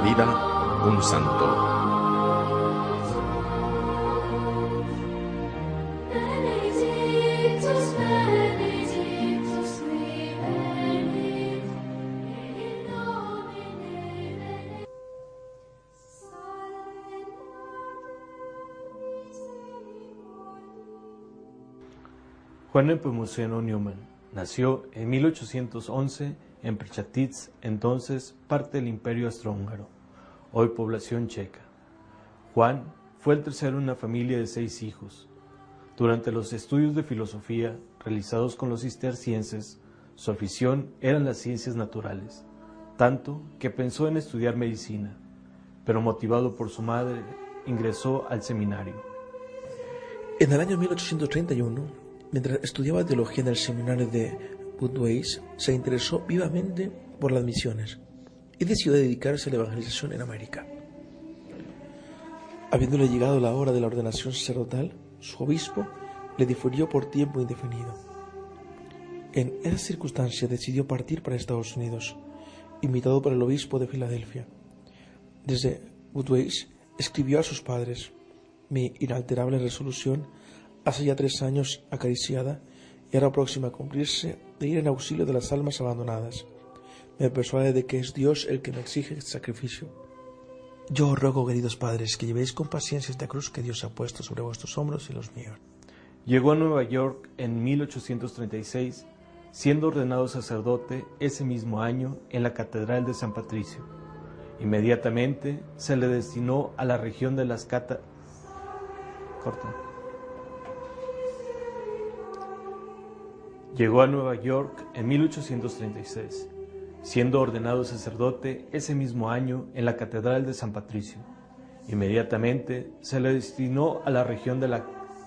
vida, un santo. Benedictus, benedictus qui venit, in nomine Salve Juan Nepomuceno Neumann nació en 1811 en Prchatitz, entonces parte del Imperio Austrohúngaro, hoy población checa. Juan fue el tercero en una familia de 6 hijos. Durante los estudios de filosofía realizados con los cistercienses, su afición eran las ciencias naturales, tanto que pensó en estudiar medicina, pero motivado por su madre, ingresó al seminario. En el año 1831, mientras estudiaba teología en el seminario de Budweis, se interesó vivamente por las misiones y decidió dedicarse a la evangelización en América. Habiéndole llegado la hora de la ordenación sacerdotal, su obispo le difirió por tiempo indefinido. En esa circunstancia decidió partir para Estados Unidos, invitado por el obispo de Filadelfia. Desde Budweis escribió a sus padres: mi inalterable resolución, hace ya 3 años acariciada y ahora próxima a cumplirse, de ir en auxilio de las almas abandonadas. Me persuade de que es Dios el que me exige este sacrificio. Yo os ruego, queridos padres, que llevéis con paciencia esta cruz que Dios ha puesto sobre vuestros hombros y los míos. Llegó a Nueva York en 1836, siendo ordenado sacerdote ese mismo año en la Catedral de San Patricio. Inmediatamente se le destinó a la región de las Llegó a Nueva York en 1836, siendo ordenado sacerdote ese mismo año en la Catedral de San Patricio. Inmediatamente se le destinó a la región de la...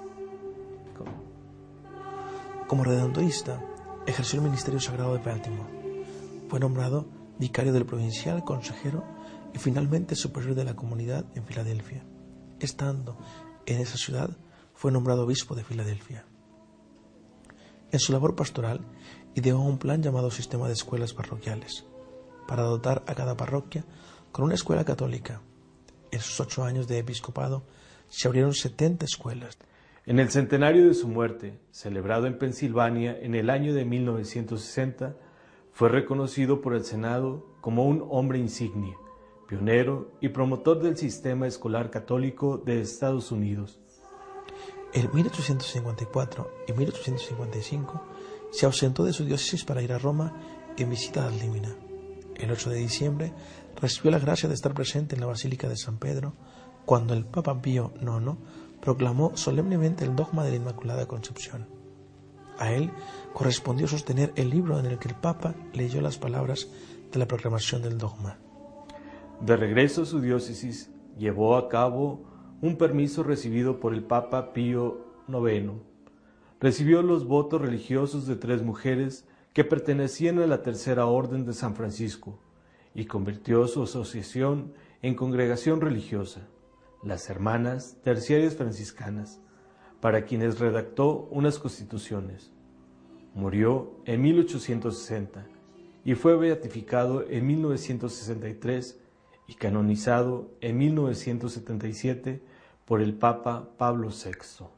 Como redentorista, ejerció el ministerio sagrado de Baltimore. Fue nombrado vicario del provincial, consejero y finalmente superior de la comunidad en Filadelfia. Estando en esa ciudad, fue nombrado obispo de Filadelfia. En su labor pastoral, ideó un plan llamado Sistema de Escuelas Parroquiales, para dotar a cada parroquia con una escuela católica. En sus 8 años de episcopado, se abrieron 70 escuelas. En el centenario de su muerte, celebrado en Pensilvania en el año de 1960, fue reconocido por el Senado como un hombre insigne, pionero y promotor del sistema escolar católico de Estados Unidos. En 1854 y 1855 se ausentó de su diócesis para ir a Roma en visita ad limina. El 8 de diciembre recibió la gracia de estar presente en la Basílica de San Pedro cuando el Papa Pío IX proclamó solemnemente el dogma de la Inmaculada Concepción. A él correspondió sostener el libro en el que el Papa leyó las palabras de la proclamación del dogma. De regreso a su diócesis, llevó a cabo un permiso recibido por el Papa Pío IX. Recibió los votos religiosos de 3 mujeres que pertenecían a la Tercera Orden de San Francisco y convirtió su asociación en congregación religiosa, las Hermanas Terciarias Franciscanas, para quienes redactó unas constituciones. Murió en 1860 y fue beatificado en 1963 y canonizado en 1977 por el Papa Pablo VI.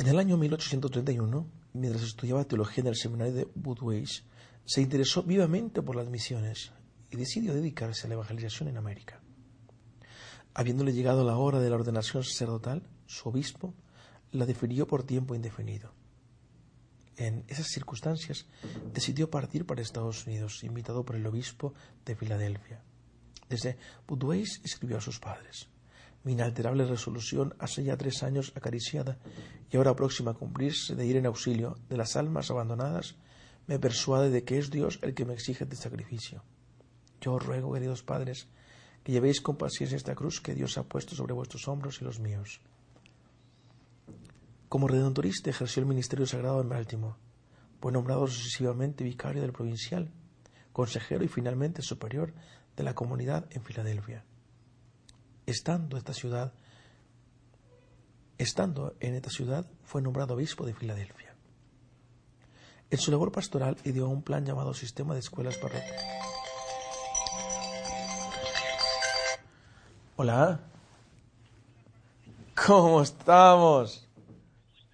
el año 1831, mientras estudiaba teología en el seminario de Budweis, se interesó vivamente por las misiones y decidió dedicarse a la evangelización en América. Habiéndole llegado la hora de la ordenación sacerdotal, su obispo la definió por tiempo indefinido. En esas circunstancias decidió partir para Estados Unidos, invitado por el obispo de Filadelfia. Desde Budweis escribió a sus padres: mi inalterable resolución hace ya 3 años acariciada y ahora próxima a cumplirse de ir en auxilio de las almas abandonadas, me persuade de que es Dios el que me exige este sacrificio. Yo os ruego, queridos padres, que llevéis con paciencia esta cruz que Dios ha puesto sobre vuestros hombros y los míos. Como redentorista ejerció el ministerio sagrado en Baltimore. Fue nombrado sucesivamente vicario del provincial, consejero y finalmente superior de la comunidad en Filadelfia. Estando en esta ciudad, fue nombrado obispo de Filadelfia. En su labor pastoral ideó un plan llamado Sistema de Escuelas Parroquiales. Hola. ¿Cómo estamos?